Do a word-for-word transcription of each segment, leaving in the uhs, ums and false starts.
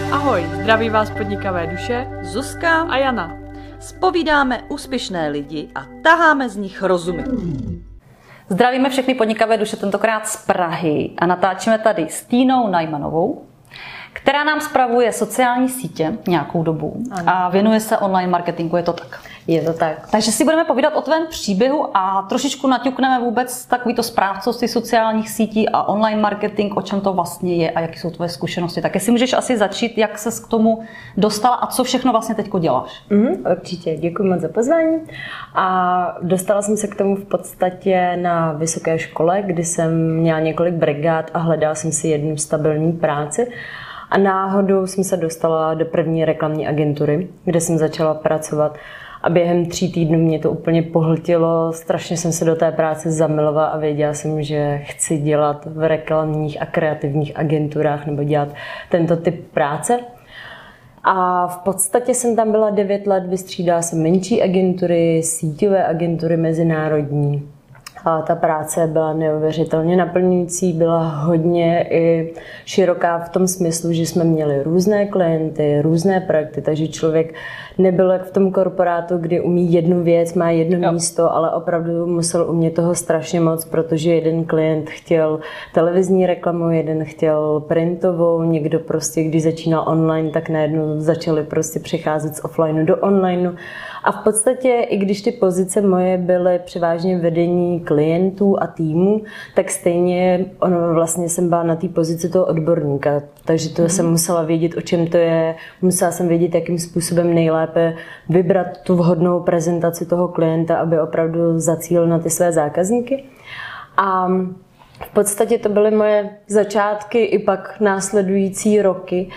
Ahoj, zdraví vás podnikavé duše Zuzka a Jana. Zpovídáme úspěšné lidi a taháme z nich rozumy. Zdravíme všechny podnikavé duše, tentokrát z Prahy, a natáčíme tady s Týnou Najmanovou, která nám spravuje sociální sítě nějakou dobu a věnuje se online marketingu, je to tak? Je to tak. Takže si budeme povídat o tvém příběhu a trošičku naťukneme vůbec takovýto správcovství sociálních sítí a online marketing, o čem to vlastně je a jaké jsou tvoje zkušenosti. Tak jestli můžeš asi začít, jak ses k tomu dostala a co všechno vlastně teďko děláš. Mm, určitě, děkuji moc za pozvání. A dostala jsem se k tomu v podstatě na vysoké škole, kdy jsem měla několik brigád a hledala jsem si jednu stabilní práci. A náhodou jsem se dostala do první reklamní agentury, kde jsem začala pracovat. A během tří týdnů mě to úplně pohltilo, strašně jsem se do té práce zamilovala a věděla jsem, že chci dělat v reklamních a kreativních agenturách nebo dělat tento typ práce. A v podstatě jsem tam byla devět let, vystřídala jsem menší agentury, síťové agentury mezinárodní. A ta práce byla neuvěřitelně naplňující, byla hodně i široká v tom smyslu, že jsme měli různé klienty, různé projekty, takže člověk nebyl jak v tom korporátu, kdy umí jednu věc, má jedno jo. místo, ale opravdu musel umět toho strašně moc, protože jeden klient chtěl televizní reklamu, jeden chtěl printovou, někdo prostě, když začínal online, tak najednou začali prostě přecházet z offlineu do onlineu. A v podstatě, i když ty pozice moje byly převážně vedení klientů a týmů, tak stejně ono vlastně jsem byla na té pozici toho odborníka. Takže to mm. jsem musela vědět, o čem to je, musela jsem vědět, jakým způsobem nejlépe vybrat tu vhodnou prezentaci toho klienta, aby opravdu zacílil na ty své zákazníky. A v podstatě to byly moje začátky i pak následující roky.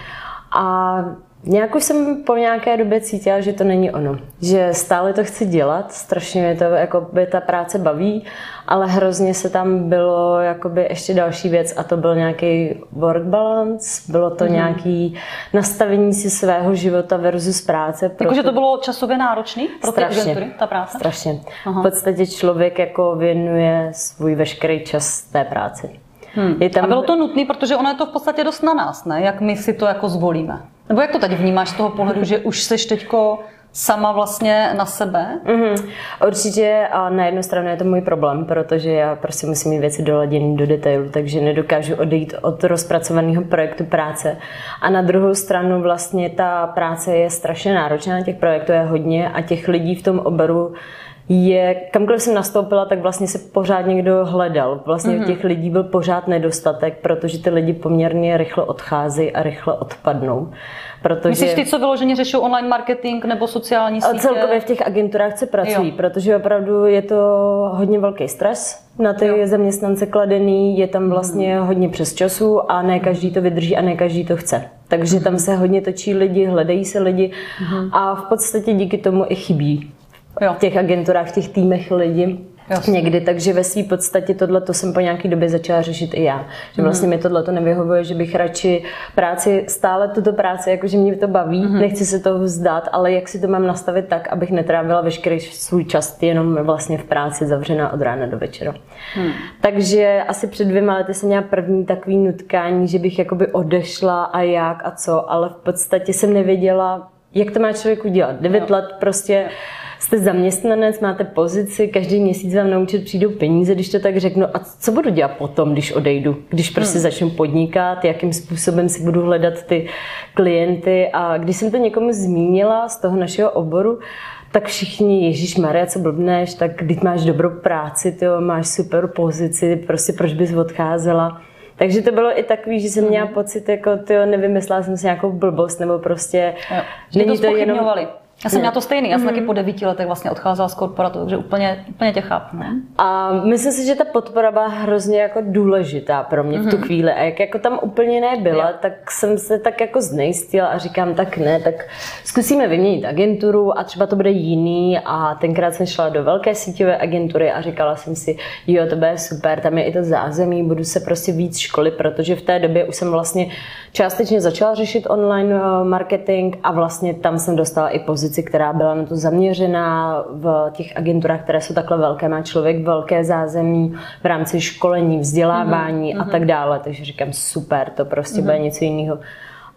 A nějak už jsem po nějaké době cítila, že to není ono. Že stále to chci dělat, strašně mě to jako by ta práce baví, ale hrozně se tam bylo jakoby ještě další věc a to byl nějaký work balance, bylo to mm. nějaký nastavení si svého života versus práce. Jakože to bylo časově náročný pro ty agentury, ta práce? Strašně. Aha. V podstatě člověk jako věnuje svůj veškerý čas té práci. Hmm. Tam... A bylo to nutné, protože ono je to v podstatě dost na nás, ne? Jak my si to jako zvolíme. Nebo jak to teď vnímáš z toho pohledu, že už seš teďko sama vlastně na sebe? Mm-hmm. Určitě a na jednu stranu je to můj problém, protože já prostě musím mít věci doladěné do detailu, takže nedokážu odejít od rozpracovaného projektu práce. A na druhou stranu vlastně ta práce je strašně náročná, těch projektů je hodně a těch lidí v tom oboru je, kamkoliv jsem nastoupila, tak vlastně se pořád někdo hledal. Vlastně mm-hmm. těch lidí byl pořád nedostatek, protože ty lidi poměrně rychle odcházejí a rychle odpadnou. Protože... Myslíš ty, co vyloženě řešou online marketing nebo sociální sítě? Celkově v těch agenturách se pracují, jo. protože opravdu je to hodně velký stres na ty jo. zaměstnance kladený, je tam vlastně mm. hodně přes času a ne každý to vydrží a ne každý to chce. Takže mm. tam se hodně točí lidi, hledají se lidi mm. a v podstatě díky tomu i chybí. Jo. V těch agenturách, v těch týmech lidi Jasně. někdy, takže ve své podstatě tohleto jsem po nějaké době začala řešit i já. Že vlastně mm. mi tohleto nevyhovuje, že bych radši práci, stále tuto práci, jakože mě to baví, mm. nechci se toho vzdát, ale jak si to mám nastavit tak, abych netrávila veškerý svůj čas jenom vlastně v práci zavřená od rána do večera. Mm. Takže asi před dvěma lety jsem měla první takový nutkání, že bych jakoby odešla a jak a co, ale v podstatě jsem nevěděla, jak to má člověk udělat. Devět jo. let prostě jste zaměstnanec, máte pozici, každý měsíc vám na účet přijdou peníze, když to tak řeknu. A co budu dělat potom, když odejdu? Když prostě hmm. začnu podnikat, jakým způsobem si budu hledat ty klienty. A když jsem to někomu zmínila z toho našeho oboru, tak všichni, ježišmarja, co blbneš, tak když máš dobrou práci, tyjo, máš super pozici, prostě proč bys odcházela? Takže to bylo i takový, že jsem měla pocit, jako tyjo, nevymyslela jsem si nějakou blbost, nebo prostě... Jo, není to, to jenom... Já jsem měla to stejný, já jsem mm. taky po devíti letech vlastně odcházela z korporátu, takže úplně, úplně tě chápu. Ne? A myslím si, že ta podpora byla hrozně jako důležitá pro mě mm. v tu chvíli. A jak jako tam úplně nebyla, jo. tak jsem se tak jako znejistila a říkám, tak ne, tak zkusíme vyměnit agenturu a třeba to bude jiný. A tenkrát jsem šla do velké síťové agentury a říkala jsem si, jo, to bude super, tam je i to zázemí, budu se prostě víc školit, protože v té době už jsem vlastně částečně začala řešit online marketing a vlastně tam jsem dostala i pozici, která byla na to zaměřená v těch agenturách, které jsou takhle velké. Má člověk velké zázemí v rámci školení, vzdělávání mm-hmm. a tak dále. Takže říkám, super, to prostě mm-hmm. bude něco jiného.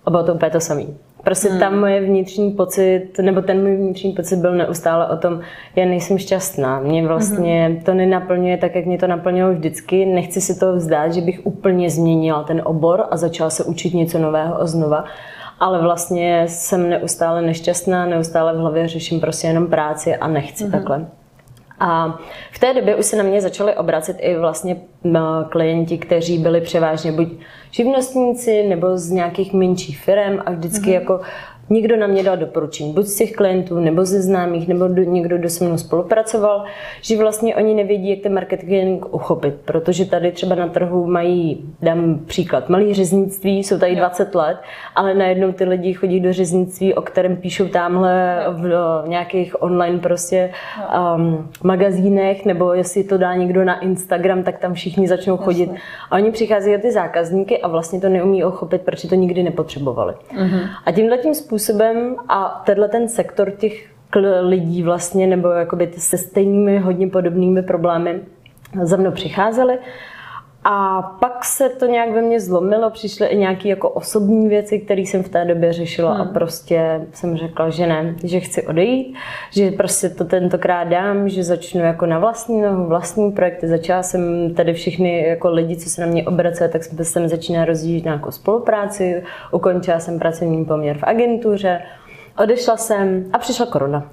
A bylo to úplně to samý. Prostě Hmm. tam moje vnitřní pocit, nebo ten můj vnitřní pocit byl neustále o tom, já nejsem šťastná. Mě vlastně hmm. to nenaplňuje tak, jak mě to naplňovalo vždycky. Nechci si to vzdát, že bych úplně změnila ten obor a začala se učit něco nového a znova. Ale vlastně jsem neustále nešťastná, neustále v hlavě řeším prostě jenom práci a nechci hmm. takhle. A v té době už se na mě začaly obracet i vlastně klienti, kteří byli převážně buď živnostníci nebo z nějakých menších firem a vždycky mm-hmm. jako někdo na mě dal doporučení, buď z těch klientů, nebo ze známých, nebo do, někdo, kdo se mnou spolupracoval, že vlastně oni nevědí, jak ten marketing uchopit, protože tady třeba na trhu mají, dám příklad, malý řeznictví, jsou tady dvacet let, ale najednou ty lidi chodí do řeznictví, o kterém píšou tamhle v, v nějakých online prostě um, magazínech, nebo jestli to dá někdo na Instagram, tak tam všichni začnou chodit. Jasně. A oni přicházejí o ty zákazníky a vlastně to neumí uchopit, protože to nikdy nepotřebovali. Mm-hmm. A tímhletím způsobem a tenhle ten sektor těch lidí vlastně, nebo jakoby se stejnými hodně podobnými problémy za mnou přicházeli. A pak se to nějak ve mně zlomilo, přišly i nějaké jako osobní věci, které jsem v té době řešila hmm. a prostě jsem řekla, že ne, že chci odejít, že prostě to tentokrát dám, že začnu jako na vlastní nohu, vlastní projekty. Začala jsem tady všechny jako lidi, co se na mě obraceli, tak jsem, jsem začínala rozjíždět nějakou spolupráci, ukončila jsem pracovní poměr v agentuře, odešla jsem a přišla korona.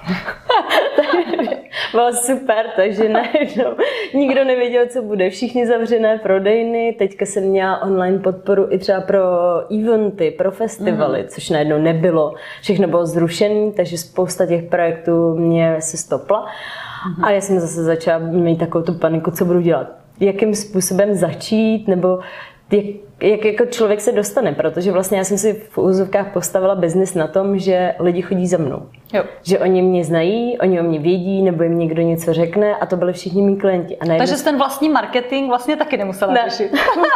Bylo super, takže najednou nikdo nevěděl, co bude. Všichni zavřené prodejny, teďka jsem měla online podporu i třeba pro eventy, pro festivaly, mm. což najednou nebylo. Všechno bylo zrušené, takže spousta těch projektů mě se stopla. Mm. A já jsem zase začala mít takovou tu paniku, co budu dělat. Jakým způsobem začít, nebo jak, jak jako člověk se dostane, protože vlastně já jsem si v úzovkách postavila biznis na tom, že lidi chodí za mnou. Jo. Že oni mě znají, oni o mě vědí, nebo jim někdo něco řekne a to byli všichni mý klienti. A najednou... Takže ten vlastní marketing vlastně taky nemusela ne. řešit.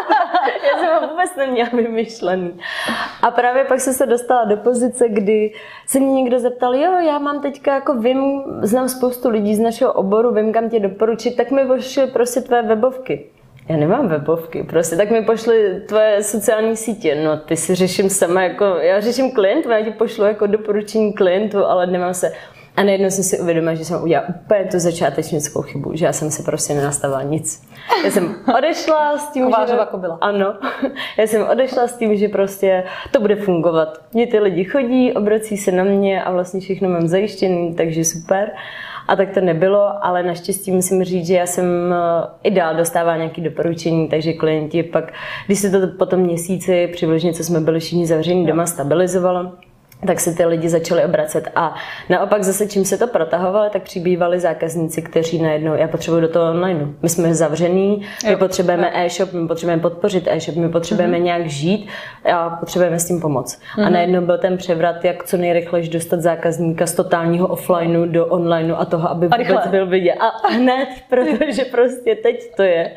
Já jsem ho vůbec neměla vymyšlený. A právě pak jsem se dostala do pozice, kdy se mě někdo zeptal, jo, já mám teďka jako vím, znám spoustu lidí z našeho oboru, vím, kam tě doporučit, tak mi pošli prostě tvé webovky. Já nemám webovky, prostě tak mi pošli tvoje sociální sítě, no ty si řeším sama jako, já řeším klientů, já ti pošlu jako doporučení klientů, ale nemám se. A najednou jsem si uvědomila, že jsem udělala úplně tu začátečnickou chybu, že já jsem si prostě nenastavila nic. Já jsem odešla s tím, Kovářova že... kobila. Ano, já jsem odešla s tím, že prostě to bude fungovat. Mně ty lidi chodí, obrací se na mě a vlastně všechno mám zajištěný, takže super. A tak to nebylo, ale naštěstí musím říct, že já jsem i dál dostávala nějaké doporučení, takže klienti pak, když se to po tom měsíci přibližně, co jsme byli všichni zavření doma, stabilizovalo, tak se ty lidi začali obracet. A naopak zase, čím se to protahovalo, tak přibývali zákazníci, kteří najednou, já potřebuji do toho online. My jsme zavření, my jo, potřebujeme jo. e-shop, my potřebujeme podpořit e-shop, my potřebujeme mm-hmm. nějak žít a potřebujeme s tím pomoct. Mm-hmm. A najednou byl ten převrat, jak co nejrychleji dostat zákazníka z totálního offlineu do onlineu a toho, aby vůbec byl vidět. A hned, protože prostě teď to je.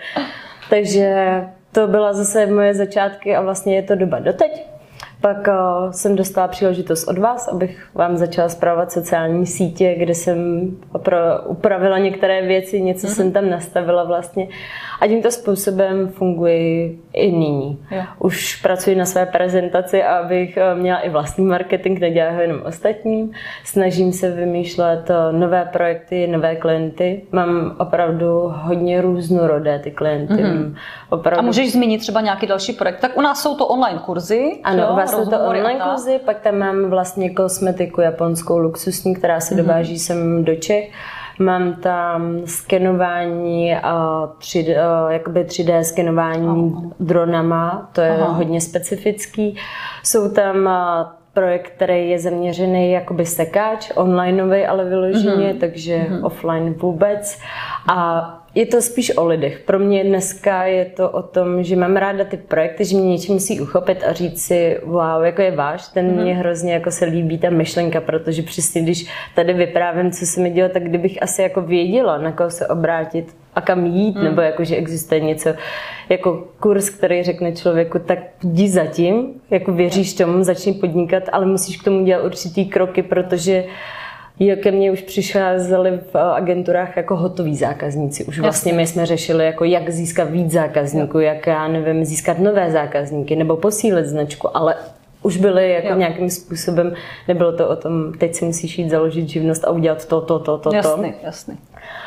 Takže to byla zase moje začátky a vlastně je to doba doteď. Pak uh, jsem dostala příležitost od vás, abych vám začala spravovat sociální sítě, kde jsem opra- upravila některé věci, něco mm-hmm. jsem tam nastavila vlastně. A tímto způsobem funguji i nyní. Jo. Už pracuji na své prezentaci, abych měla i vlastní marketing, nedělám ho jenom ostatním. Snažím se vymýšlet nové projekty, nové klienty. Mám opravdu hodně různorodé ty klienty. Mm-hmm. Opravdu... A můžeš zmínit třeba nějaký další projekt? Tak u nás jsou to online kurzy. Ano, jo, u vás jsou to online kurzy, pak tam mám vlastně kosmetiku japonskou luxusní, která se mm-hmm. dováží sem do Čech. Mám tam skenování, tři dé, jakoby tři dé skenování Aha. dronama, to je Aha. hodně specifický. Jsou tam projekt, který je zaměřený jakoby sekáč, onlineový, ale vyloženě, mm-hmm. takže mm-hmm. offline vůbec. A je to spíš o lidech. Pro mě dneska je to o tom, že mám ráda ty projekty, že mě něčím musí uchopit a říct si, wow, jako je váš, ten mm-hmm. mě hrozně jako se líbí ta myšlenka, protože přesně když tady vyprávím, co se mi dělo, tak kdybych asi jako věděla, na koho se obrátit a kam jít, mm. nebo jako, že existuje něco jako kurz, který řekne člověku, tak jdi za tím, jako věříš tomu, začni podnikat, ale musíš k tomu dělat určitý kroky, protože ke mně už přicházeli v agenturách jako hotoví zákazníci. Už vlastně my jsme řešili, jako jak získat víc zákazníků, jak, já nevím, získat nové zákazníky nebo posílit značku, ale už byly jako jo. nějakým způsobem, nebylo to o tom, teď si musíš jít založit živnost a udělat to, to, to, to, jasný, to. Jasný.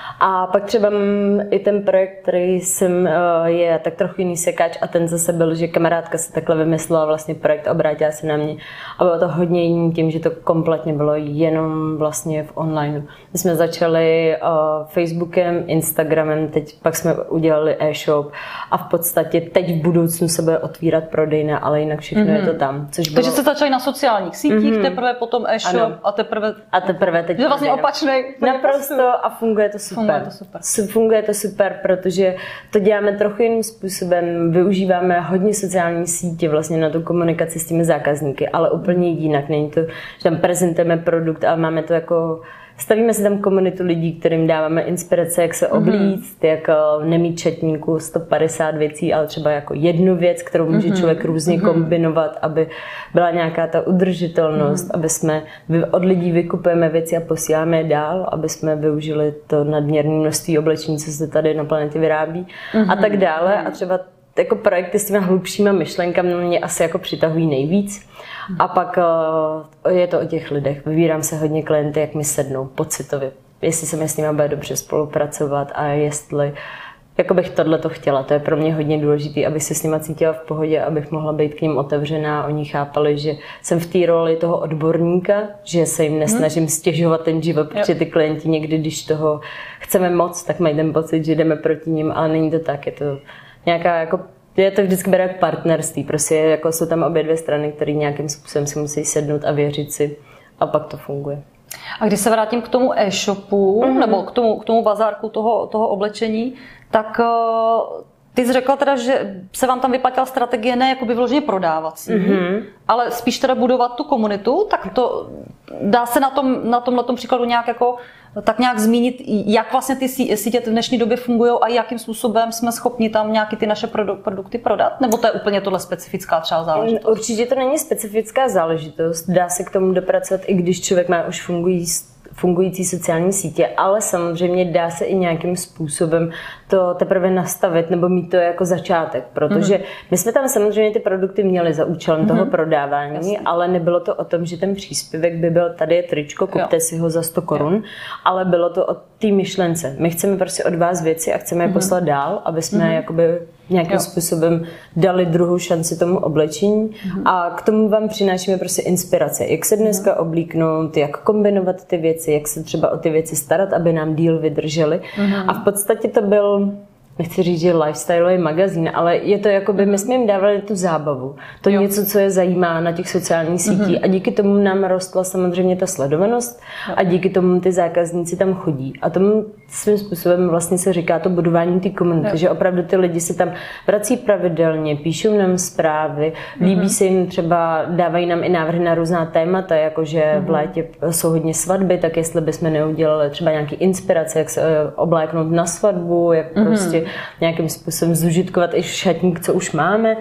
A pak třeba i ten projekt, který jsem, je tak trochu jiný sekáč a ten zase byl, že kamarádka se takhle vymyslela vlastně projekt, obrátila se na mě a bylo to hodně jiný tím, že to kompletně bylo jenom vlastně v online. My jsme začali uh, Facebookem, Instagramem, teď pak jsme udělali e-shop a v podstatě teď v budoucnu se bude otvírat prodejna, ale jinak všechno mm-hmm. je to tam. Což bylo... Takže jste začali na sociálních sítích, mm-hmm. teprve potom e-shop ano. a teprve... A teprve teď... Je vlastně opačnej. Naprosto a funguje to super. Funguje to super. Funguje to super, protože to děláme trochu jiným způsobem. Využíváme hodně sociální sítě vlastně na tu komunikaci s těmi zákazníky, ale úplně jinak. Není to, že tam prezentujeme produkt, ale máme to jako... Stavíme si tam komunitu lidí, kterým dáváme inspirace, jak se oblíct, mm-hmm. jak nemít četníku sto padesát věcí, ale třeba jako jednu věc, kterou může mm-hmm. člověk různě mm-hmm. kombinovat, aby byla nějaká ta udržitelnost, mm-hmm. aby jsme od lidí vykupujeme věci a posíláme je dál, aby jsme využili to nadměrné množství oblečení, co se tady na planetě vyrábí mm-hmm. a tak dále. A třeba jako projekty s těma hlubšíma myšlenkami mě asi jako přitahují nejvíc. A pak uh, je to o těch lidech. Vybírám se hodně klienty, jak mi sednou pocitově. Jestli se mi s nimi bude dobře spolupracovat a jestli jako bych tohleto chtěla. To je pro mě hodně důležité, abych se s nimi cítila v pohodě, abych mohla být k ním otevřená. Oni chápali, že jsem v té roli toho odborníka, že se jim nesnažím stěžovat ten život, protože ty klienti někdy, když toho chceme moc, tak mají ten pocit, že jdeme proti nim, ale není to tak. Je to nějaká jako je to vždycky bere jak partnerství, prostě jako jsou tam obě dvě strany, které nějakým způsobem si musí sednout a věřit si a pak to funguje. A když se vrátím k tomu e-shopu, mm-hmm. nebo k tomu, k tomu bazárku toho, toho oblečení, tak uh, ty jsi řekla teda, že se vám tam vyplatila strategie ne jakoby vyloženě prodávací, mm-hmm. ale spíš teda budovat tu komunitu, tak to dá se na tom, na tomhletom příkladu nějak jako tak nějak zmínit, jak vlastně ty sítě v dnešní době fungují a jakým způsobem jsme schopni tam nějaký ty naše produkty prodat? Nebo to je úplně tohle specifická třeba záležitost? Určitě to není specifická záležitost. Dá se k tomu dopracovat, i když člověk má už fungující fungující sociální sítě, ale samozřejmě dá se i nějakým způsobem to teprve nastavit nebo mít to jako začátek, protože mm-hmm. my jsme tam samozřejmě ty produkty měli za účelem mm-hmm. toho prodávání, Jasně. ale nebylo to o tom, že ten příspěvek by byl, tady je tričko, kupte jo. si ho za sto korun, jo. ale bylo to o té myšlence. My chceme prostě od vás věci a chceme je mm-hmm. poslat dál, aby jsme mm-hmm. jakoby nějakým jo. způsobem dali druhou šanci tomu oblečení mm-hmm. a k tomu vám přinášíme prostě inspirace, jak se dneska mm-hmm. oblíknout, jak kombinovat ty věci, jak se třeba o ty věci starat, aby nám díl vydržely. Mm-hmm. A v podstatě to byl, nechci říct, že lifestyleový magazín, ale je to jakoby, my jsme jim dávali tu zábavu. To jo. něco, co je zajímá na těch sociálních sítích mm-hmm. a díky tomu nám rostla samozřejmě ta sledovanost jo. a díky tomu ty zákazníci tam chodí. A tomu svým způsobem vlastně se říká to budování té komunity, jo. že opravdu ty lidi se tam vrací pravidelně, píšou nám zprávy, mm-hmm. líbí se jim třeba, dávají nám i návrhy na různá témata, jakože mm-hmm. v létě jsou hodně svatby, tak jestli bychom neudělali třeba nějaký inspirace, jak se obléknout na svatbu, jak mm-hmm. prostě nějakým způsobem zužitkovat i šatník, co už máme.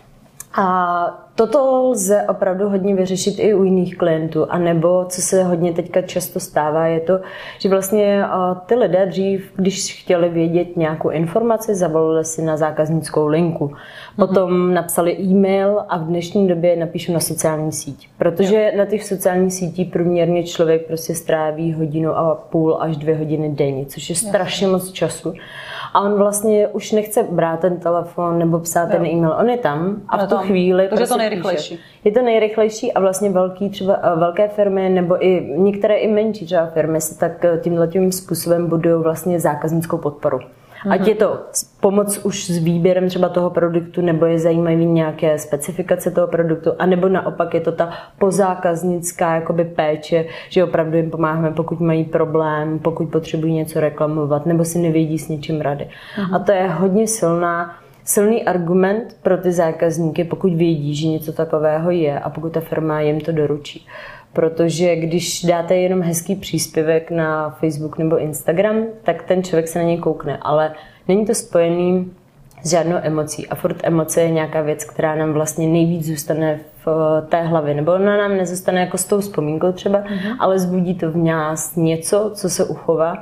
A toto lze opravdu hodně vyřešit i u jiných klientů. A nebo, co se hodně teďka často stává, je to, že vlastně ty lidé dřív, když chtěli vědět nějakou informaci, zavolali si na zákaznickou linku. Potom mm-hmm. napsali e-mail a v dnešní době napíšu na sociální síť. Protože jo. na těch sociálních sítích průměrně člověk prostě stráví hodinu a půl až dvě hodiny denně, což je strašně moc času. A on vlastně už nechce brát ten telefon nebo psát jo. ten e-mail. On je tam a v tu tam. chvíli... Takže je to nejrychlejší. Je to nejrychlejší a vlastně velký, třeba velké firmy nebo i některé i menší třeba firmy se tak tímhletím způsobem budují vlastně zákaznickou podporu. Mm-hmm. Ať je to pomoc už s výběrem třeba toho produktu, nebo je zajímavý nějaké specifikace toho produktu, anebo naopak je to ta pozákaznická jakoby péče, že opravdu jim pomáháme, pokud mají problém, pokud potřebují něco reklamovat, nebo si nevědí s něčím rady. Mm-hmm. A to je hodně silná silný argument pro ty zákazníky, pokud vědí, že něco takového je a pokud ta firma jim to doručí. Protože když dáte jenom hezký příspěvek na Facebook nebo Instagram, tak ten člověk se na něj koukne, ale není to spojený s žádnou emocí. A furt emoce je nějaká věc, která nám vlastně nejvíc zůstane v té hlavě. Nebo ona nám nezůstane jako s tou vzpomínkou třeba, mm-hmm. ale zbudí to v nás něco, co se uchová.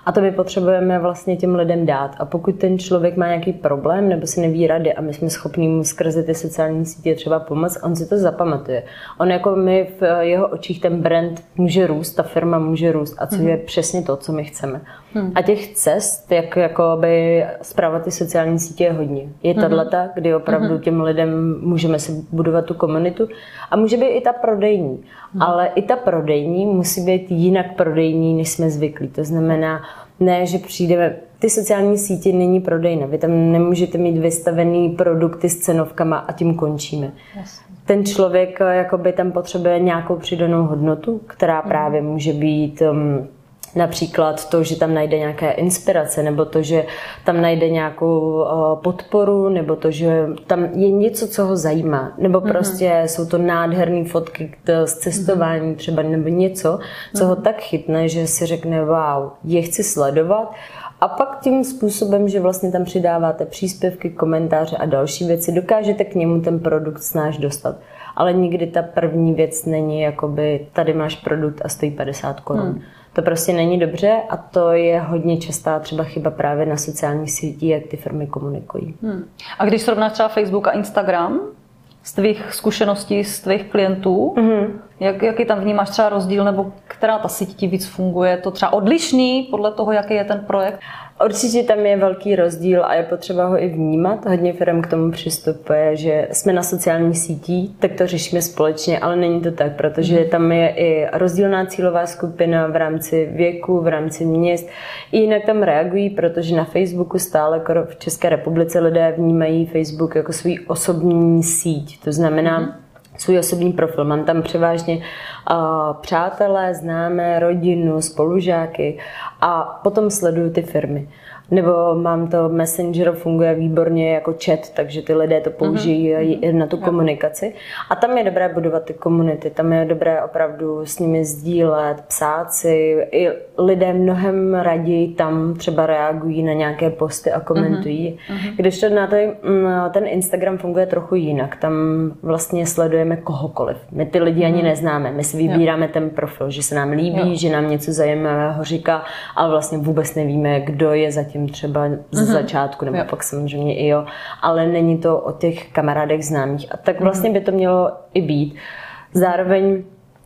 A to my potřebujeme vlastně těm lidem dát. A pokud ten člověk má nějaký problém nebo si neví rady a my jsme schopni mu skrze ty sociální sítě třeba pomoct, on si to zapamatuje. On jako my v jeho očích ten brand může růst, ta firma může růst a co mm-hmm. je přesně to, co my chceme. Mm. A těch cest, jak jakoby spravovat ty sociální sítě je hodně. Je mm-hmm. tato, kdy opravdu mm-hmm. těm lidem můžeme si budovat tu komunitu a může být i ta prodejní. Mm. Ale i ta prodejní musí být jinak prodejní, než jsme zvyklí. To znamená, ne, že přijdeme, ty sociální sítě není prodejna. Vy tam nemůžete mít vystavený produkty s cenovkama a tím končíme. Jasně. Ten člověk jakoby tam potřebuje nějakou přidanou hodnotu, která právě může být um, například to, že tam najde nějaké inspirace, nebo to, že tam najde nějakou uh, podporu, nebo to, že tam je něco, co ho zajímá. Nebo prostě mm-hmm. jsou to nádherné fotky z cestování třeba, nebo něco, co mm-hmm. ho tak chytne, že si řekne, wow, je chci sledovat. A pak tím způsobem, že vlastně tam přidáváte příspěvky, komentáře a další věci, dokážete k němu ten produkt snáš dostat. Ale nikdy ta první věc není jakoby, tady máš produkt a stojí padesát korun. Hmm. To prostě není dobře a to je hodně častá třeba chyba právě na sociálních sítích, jak ty firmy komunikují. Hmm. A když srovnáš třeba Facebook a Instagram, z tvých zkušeností, z tvých klientů, mm-hmm. jak, jaký tam vnímáš třeba rozdíl, nebo která ta síť ti víc funguje? Je to třeba odlišný podle toho, jaký je ten projekt? Určitě tam je velký rozdíl a je potřeba ho i vnímat. Hodně firm k tomu přistupuje, že jsme na sociálních sítích, tak to řešíme společně, ale není to tak, protože tam je i rozdílná cílová skupina v rámci věku, v rámci měst. I jinak tam reagují, protože na Facebooku stále v České republice lidé vnímají Facebook jako svůj osobní síť. To znamená, mm-hmm. svůj osobní profil. Mám tam převážně uh, přátelé, známé, rodinu, spolužáky a potom sleduju ty firmy. Nebo mám to Messenger, funguje výborně jako chat, takže ty lidé to použijí mm-hmm. na tu komunikaci. A tam je dobré budovat ty komunity, tam je dobré opravdu s nimi sdílet, psát si. I lidé mnohem raději tam třeba reagují na nějaké posty a komentují. Mm-hmm. Když to na to, ten Instagram funguje trochu jinak, tam vlastně sledujeme kohokoliv. My ty lidi ani neznáme, my si vybíráme jo. ten profil, že se nám líbí, jo. že nám něco zajímavého říká, ale vlastně vůbec nevíme, kdo je zatím třeba z mm-hmm. začátku, nebo jo. pak samozřejmě i jo, ale není to o těch kamarádech známých. A tak vlastně by to mělo i být. Zároveň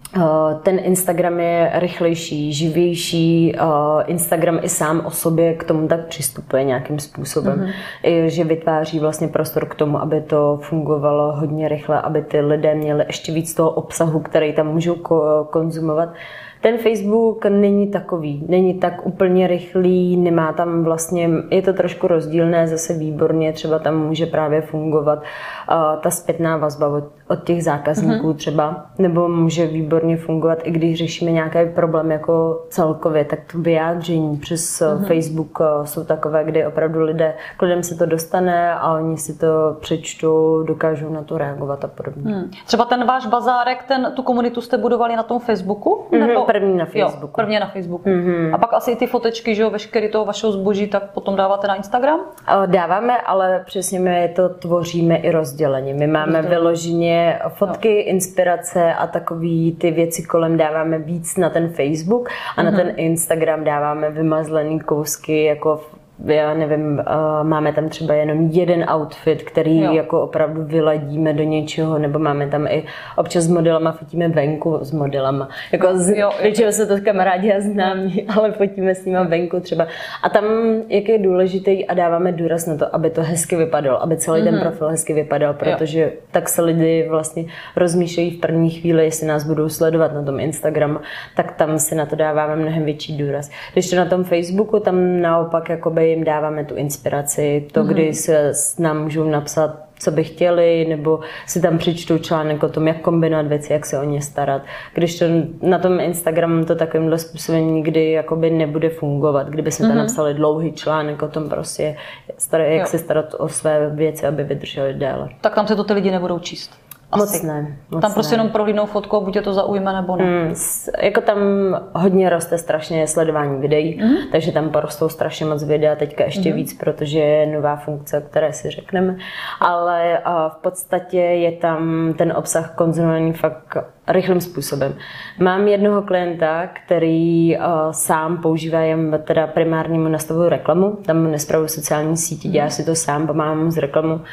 ten Instagram je rychlejší, živější, Instagram i sám o sobě k tomu tak přistupuje nějakým způsobem, mm-hmm. I, že vytváří vlastně prostor k tomu, aby to fungovalo hodně rychle, aby ty lidé měli ještě víc toho obsahu, který tam můžou ko- konzumovat. Ten Facebook není takový, není tak úplně rychlý, nemá tam vlastně, je to trošku rozdílné, zase výborně, třeba tam může právě fungovat uh, ta zpětná vazba od, od těch zákazníků mm-hmm. třeba, nebo může výborně fungovat, i když řešíme nějaký problém jako celkově, tak to vyjádření přes mm-hmm. Facebook uh, jsou takové, kdy opravdu lidé, k lidem se to dostane a oni si to přečtou, dokážou na to reagovat a podobně. Hmm. Třeba ten váš bazárek, ten, tu komunitu jste budovali na tom Facebooku? Mm-hmm. Nebo... První na Facebooku. Jo, prvně na Facebooku. Mm-hmm. A pak asi ty fotečky, že jo, veškerý toho vašeho zboží, tak potom dáváte na Instagram? Dáváme, ale přesně my to tvoříme i rozděleně. My máme rozděleně. Vyloženě fotky, jo. inspirace a takový ty věci kolem dáváme víc na ten Facebook a mm-hmm. na ten Instagram dáváme vymazlený kousky jako já nevím, uh, máme tam třeba jenom jeden outfit, který jo. jako opravdu vyladíme do něčeho, nebo máme tam i občas s modelama, fotíme venku s modelama. Jako z, jo, většinou se to kamarádi a známí, ale fotíme s nima venku třeba. A tam, jak je důležitý a dáváme důraz na to, aby to hezky vypadalo, aby celý mm-hmm. ten profil hezky vypadal, protože jo. tak se lidi vlastně rozmýšlejí v první chvíli, jestli nás budou sledovat na tom Instagramu, tak tam si na to dáváme mnohem větší důraz. Když to na tom Facebooku, tam naopak jakoby jim dáváme tu inspiraci, to, mm-hmm. kdy se nám můžou napsat, co by chtěli, nebo si tam přečtou článek o tom, jak kombinovat věci, jak se o ně starat. Když to na tom Instagramu to takovýmhle způsobem nikdy jakoby nebude fungovat. Kdyby jsme mm-hmm. tam napsali dlouhý článek o tom prostě, jak jo. se starat o své věci, aby vydržely déle. Tak tam se to ty lidi nebudou číst. Moc ne. Moc tam prostě ne. jenom prohlídnou fotku a buď tě to zaujme nebo ne. Mm, s, jako tam hodně roste strašně sledování videí, mm. takže tam porostou strašně moc videa, teďka ještě mm. víc, protože je nová funkce, o které si řekneme. Ale a v podstatě je tam ten obsah konzumovaný fakt rychlým způsobem. Mám jednoho klienta, který uh, sám používá jen teda primárně mu nastavuju reklamu, tam nespravuju sociální sítě, dělá si to sám, pomáhám mu s reklamu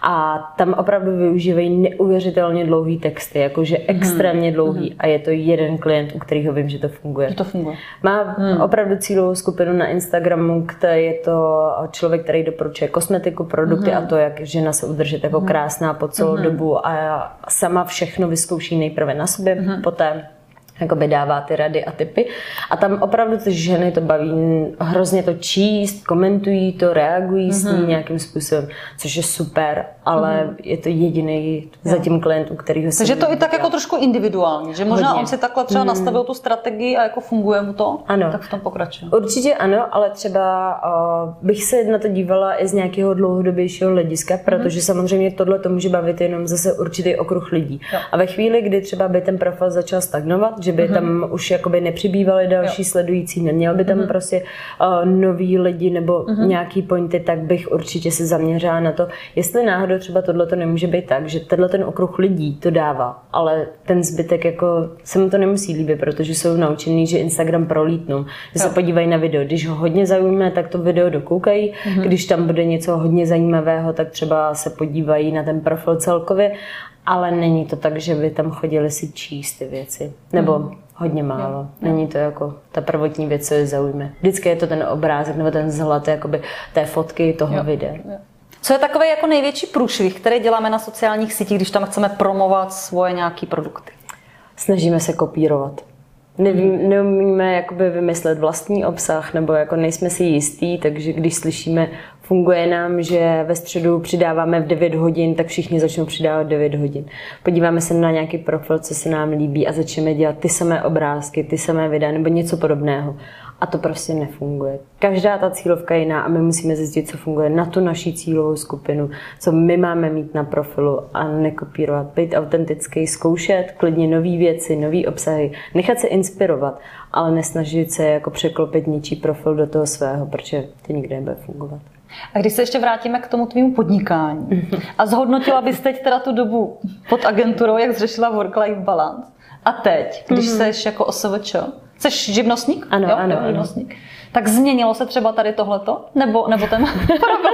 a tam opravdu využívají neuvěřitelně dlouhý texty, jakože extrémně dlouhý a je to jeden klient, u kterého vím, že to funguje. Že to funguje. Má hmm. opravdu cílovou skupinu na Instagramu, který je to člověk, který doporučuje kosmetiku, produkty hmm. a to, jak žena se udržet jako krásná po celou hmm. dobu a sama všechno vyzkouší nejprve na sobě, hmm. poté jakoby dává ty rady a tipy. A tam opravdu ty ženy to baví hrozně to číst, komentují to, reagují mm-hmm. s ní nějakým způsobem, což je super, ale mm-hmm. je to jediný zatím klient, u kterého se... Takže to i tak jako trošku individuální, že možná Hodně. on si takhle třeba mm. nastavil tu strategii a jako funguje mu to, ano. tak v tom pokračuje. Určitě ano, ale třeba uh, bych se na to dívala i z nějakého dlouhodobějšího hlediska, protože mm. samozřejmě tohle to může bavit jenom zase určitý okruh lidí. Jo. A ve chvíli, kdy třeba by ten profil začal stagnovat, že by mm-hmm. tam už jakoby nepřibývaly další jo. sledující, neměl by tam mm-hmm. prostě uh, noví lidi nebo mm-hmm. nějaký pointy, tak bych určitě se zaměřila na to, jestli náhodou třeba tohle to nemůže být tak, že tenhle ten okruh lidí to dává, ale ten zbytek jako se mu to nemusí líbit, protože jsou naučený, že Instagram prolítnou, že jo. se podívají na video. Když ho hodně zaujme, tak to video dokoukají, mm-hmm. když tam bude něco hodně zajímavého, tak třeba se podívají na ten profil celkově, ale není to tak, že by tam chodili si číst ty věci. Nebo mm. hodně málo. Jo. Není to jako ta prvotní věc, co je zaujme. Vždycky je to ten obrázek nebo ten vzhled jakoby té fotky toho jo. videa. Jo. Co je takový jako největší průšvih, který děláme na sociálních sítích, když tam chceme promovat svoje nějaké produkty? Snažíme se kopírovat. Nevím, neumíme jakoby vymyslet vlastní obsah, nebo jako nejsme si jistí, takže když slyšíme, funguje nám, že ve středu přidáváme v devět hodin, tak všichni začnou přidávat devět hodin. Podíváme se na nějaký profil, co se nám líbí a začneme dělat ty samé obrázky, ty samé videa nebo něco podobného. A to prostě nefunguje. Každá ta cílovka je jiná a my musíme zjistit, co funguje na tu naší cílovou skupinu, co my máme mít na profilu a nekopírovat, být autentický, zkoušet klidně nové věci, nové obsahy, nechat se inspirovat, ale nesnažit se jako překlopit něčí profil do toho svého, protože to nikdy nebude fungovat. A když se ještě vrátíme k tomu tvýmu podnikání a zhodnotila bys teď teda tu dobu pod agenturou, jak jsi řešila work-life balance a teď, když mm-hmm. seš jako O S V Č, jsi živnostník? Ano, jo? ano, jo, živnostník. Tak změnilo se třeba tady tohleto? Nebo, nebo ten problém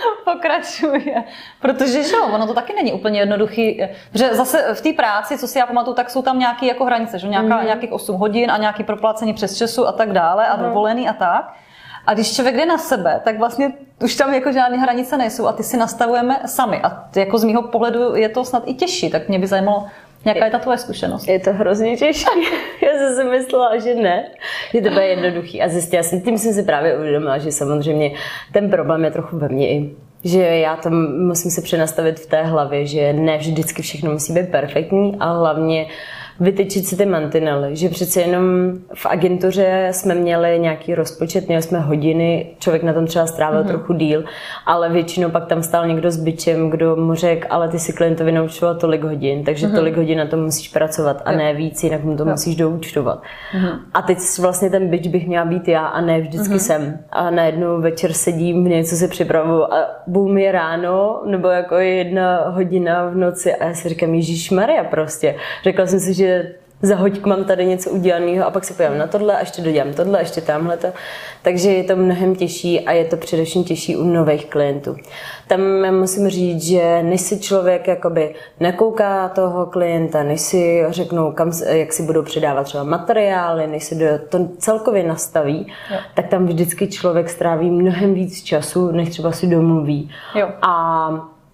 pokračuje? Protože že, ono to taky není úplně jednoduchý. Že zase v té práci, co si já pamatuju, tak jsou tam nějaké jako hranice, že? Nějaká, mm. nějakých osm hodin a nějaký proplacení přes času a tak dále a dovolený a tak. A když člověk jde na sebe, tak vlastně už tam jako žádné hranice nejsou a ty si nastavujeme sami. A jako z mýho pohledu je to snad i těžší, tak mě by zajímalo, jaká je ta tvoje zkušenost? Je to hrozně těžké. Já jsem si myslela, že ne, že to bude jednoduchý. A zjistila jsem, tím jsem si právě uvědomila, že samozřejmě ten problém je trochu ve mně i. Že já tam musím se přenastavit v té hlavě, že ne vždycky všechno musí být perfektní a hlavně vytyčit si ty mantinely, že přece jenom v agentuře jsme měli nějaký rozpočet, měli jsme hodiny, člověk na tom třeba strávil mm-hmm. trochu díl, ale většinou pak tam stál někdo s bičem, kdo mu řekl, ale ty si klientovi naučoval tolik hodin, takže mm-hmm. tolik hodin na to musíš pracovat a jo. ne víc, jinak mu to jo. musíš doučtovat. Mm-hmm. A teď vlastně ten bič bych měla být já a ne vždycky mm-hmm. jsem. A najednou večer sedím, něco si připravuju a boom je ráno, nebo jako je jedna hodina v noci a já si říkám, Ježíšmarja prostě. Řekla jsem si, že za hoďku mám tady něco udělaného a pak se pojďám na tohle a ještě dodělám tohle a ještě tamhleto. Takže je to mnohem těžší a je to především těžší u nových klientů. Tam musím říct, že než si člověk jakoby nekouká toho klienta, než si řeknou, kam, jak si budou předávat třeba materiály, než si to celkově nastaví, jo. tak tam vždycky člověk stráví mnohem víc času, než třeba si domluví. Jo. A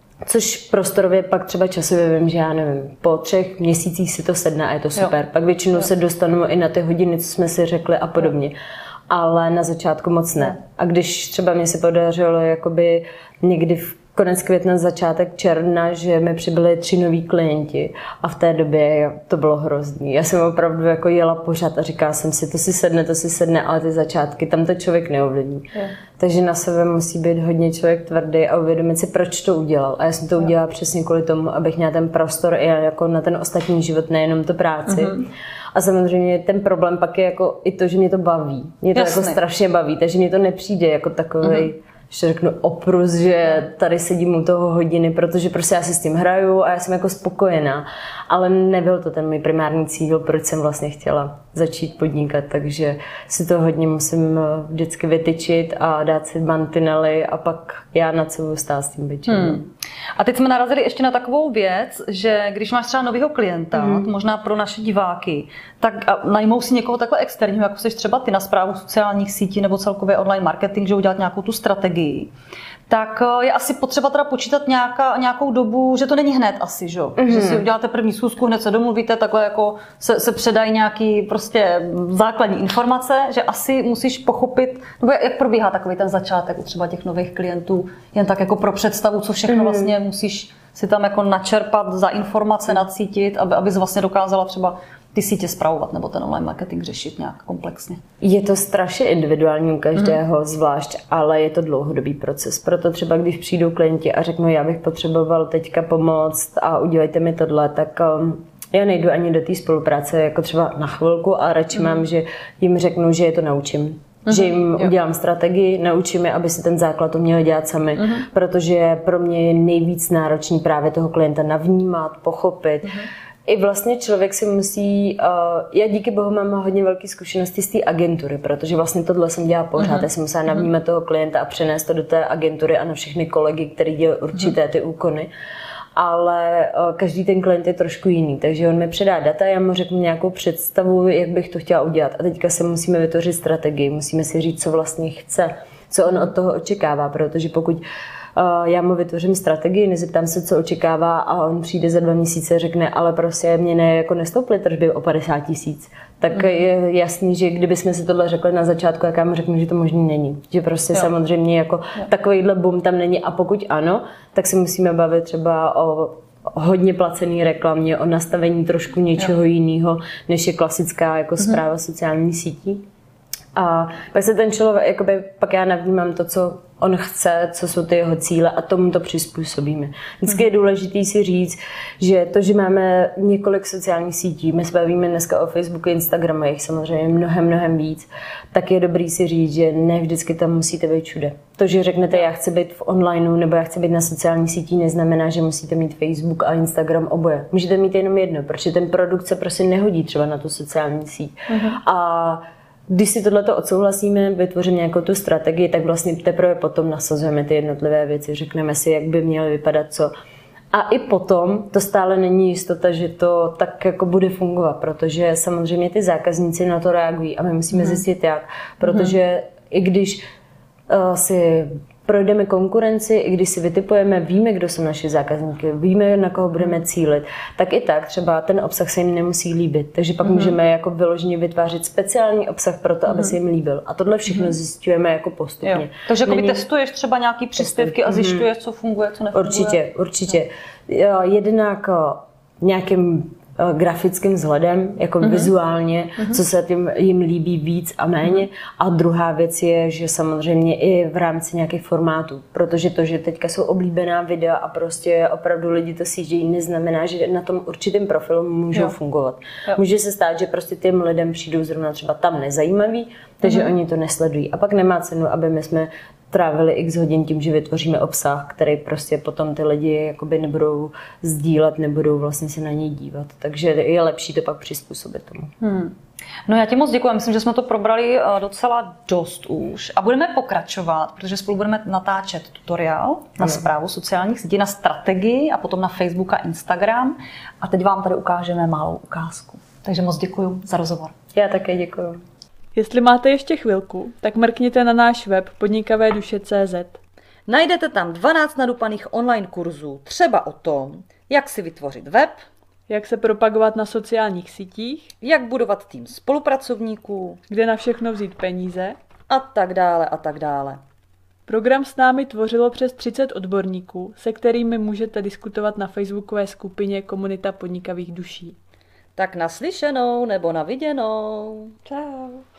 což prostorově pak třeba časově vím, že já nevím, po třech měsících si to sedne a je to super. Jo. Pak většinou jo. se dostanu i na ty hodiny, co jsme si řekli a podobně. Ale na začátku moc ne. A když třeba mě se podařilo jakoby někdy v konec května, začátek června, že mi přibyli tři noví klienti a v té době to bylo hrozný. Já jsem opravdu jako jela pořád a říkala jsem si, to si sedne, to si sedne, ale ty začátky, tam to člověk neovlivní. Je. Takže na sebe musí být hodně člověk tvrdý a uvědomit si, proč to udělal. A já jsem to udělala přesně kvůli tomu, abych měla ten prostor i jako na ten ostatní život, nejenom tu práci. Mm-hmm. A samozřejmě ten problém pak je jako i to, že mě to baví. Mě to Jasne. jako strašně baví, takže mě to nepřijde jako takový, mm-hmm. že řeknu oprus, že tady sedím u toho hodiny, protože prostě já si s tím hraju a já jsem jako spokojená. Ale nebyl to ten můj primární cíl, proč jsem vlastně chtěla začít podnikat, takže si to hodně musím vždycky vytyčit a dát si mantinely a pak já nad sebou stát s tím byčem. Hmm. A teď jsme narazili ještě na takovou věc, že když máš třeba nového klienta, hmm. možná pro naše diváky, tak najmou si někoho takhle externího, jako jsi třeba ty na správu sociálních sítí nebo celkově online marketing, že udělat nějakou tu strategii. Tak je asi potřeba teda počítat nějaká, nějakou dobu, že to není hned asi, že? Mm-hmm. Že si uděláte první schůzku, hned se domluvíte, takhle jako se, se předají nějaký prostě základní informace, že asi musíš pochopit, nebo jak probíhá takový ten začátek u třeba těch nových klientů, jen tak jako pro představu, co všechno mm-hmm. vlastně musíš si tam jako načerpat za informace, nacítit, aby, abys vlastně dokázala třeba ty sítě spravovat nebo ten online marketing řešit nějak komplexně. Je to strašně individuální u každého mm. zvlášť, ale je to dlouhodobý proces. Proto třeba když přijdou klienti a řeknou, já bych potřeboval teďka pomoct a udělejte mi tohle, tak um, já nejdu ani do té spolupráce jako třeba na chvilku a radši mm. mám, že jim řeknu, že je to naučím. Mm-hmm. Že jim jo. udělám strategii, naučím je, aby si ten základ to měli dělat sami, mm-hmm. protože pro mě je nejvíc náročný právě toho klienta navnímat, pochopit. Mm-hmm. I vlastně člověk si musí, uh, já díky bohu mám hodně velké zkušenosti z té agentury, protože vlastně tohle jsem dělala pořád, uh-huh. já jsem musela navnímat toho klienta a přenést to do té agentury a na všechny kolegy, kteří dělají určité ty úkony. Ale uh, každý ten klient je trošku jiný, takže on mi předá data, já mu řeknu nějakou představu, jak bych to chtěla udělat. A teďka se musíme vytvořit strategii, musíme si říct, co vlastně chce, co on od toho očekává, protože pokud Uh, já mu vytvořím strategii, nezeptám se, co očekává a on přijde za dva měsíce a řekne, ale prostě mě ne, jako nestouply tržby o padesát tisíc. Tak mm. je jasný, že kdybychom si tohle řekli na začátku, jak já mu řeknu, že to možný není. Že prostě jo. samozřejmě jako jo. takovýhle boom tam není a pokud ano, tak si musíme bavit třeba o hodně placený reklamě, o nastavení trošku něčeho jo. jiného, než je klasická jako správa mm. sociálních sítí. A pak se ten člověk, jakoby, pak já navnímám to, co on chce, co jsou ty jeho cíle a tomu to přizpůsobíme. Vždycky je důležité si říct, že to, že máme několik sociálních sítí, my se bavíme dneska o Facebooku, Instagramu, jich samozřejmě mnohem, mnohem víc, tak je dobrý si říct, že ne vždycky tam musíte být všude. To, že řeknete, já chci být v onlineu nebo já chci být na sociálních sítích, neznamená, že musíte mít Facebook a Instagram oboje. Můžete mít jenom jedno, protože ten produkt se prostě nehodí třeba na tu sociální síť. Uh-huh. A když si tohleto odsouhlasíme, vytvoříme nějakou tu strategii, tak vlastně teprve potom nasazujeme ty jednotlivé věci, řekneme si, jak by měly vypadat co. A i potom to stále není jistota, že to tak jako bude fungovat, protože samozřejmě ty zákazníci na to reagují a my musíme mm. zjistit jak, protože mm. i když uh, si projdeme konkurenci, i když si vytipujeme, víme, kdo jsou naši zákazníky, víme, na koho budeme cílit, tak i tak třeba ten obsah se jim nemusí líbit. Takže pak mm-hmm. můžeme jako vyloženě vytvářet speciální obsah pro to, mm-hmm. aby se jim líbil. A tohle všechno mm-hmm. zjistujeme jako postupně. Jo. Takže jako Není... testuješ třeba nějaký příspěvky a zjišťuješ, co funguje, co nefunguje? Určitě, určitě. Jo. Jednak nějakým grafickým vzhledem, jako mm-hmm. vizuálně, mm-hmm. co se tím jim líbí víc a méně. Mm-hmm. A druhá věc je, že samozřejmě i v rámci nějakých formátů, protože to, že teďka jsou oblíbená videa a prostě opravdu lidi to sjíždějí, neznamená, že na tom určitém profilu můžou jo. fungovat. Jo. Může se stát, že prostě těm lidem přijdou zrovna třeba tam nezajímaví, takže mm-hmm. oni to nesledují. A pak nemá cenu, aby my jsme trávili x hodin tím, že vytvoříme obsah, který prostě potom ty lidi jakoby nebudou sdílet, nebudou vlastně se na něj dívat. Takže je lepší to pak přizpůsobit tomu. Hmm. No já ti moc děkuji, myslím, že jsme to probrali docela dost už a budeme pokračovat, protože spolu budeme natáčet tutoriál na správu sociálních sítí, na strategii a potom na Facebook a Instagram a teď vám tady ukážeme malou ukázku. Takže moc děkuji za rozhovor. Já také děkuji. Jestli máte ještě chvilku, tak mrkněte na náš web podnikavé duše tečka cé zet. Najdete tam dvanáct nadupaných online kurzů, třeba o tom, jak si vytvořit web, jak se propagovat na sociálních sítích, jak budovat tým spolupracovníků, kde na všechno vzít peníze a tak dále a tak dále. Program s námi tvořilo přes třicet odborníků, se kterými můžete diskutovat na facebookové skupině Komunita podnikavých duší. Tak naslyšenou nebo na viděnou. Čau.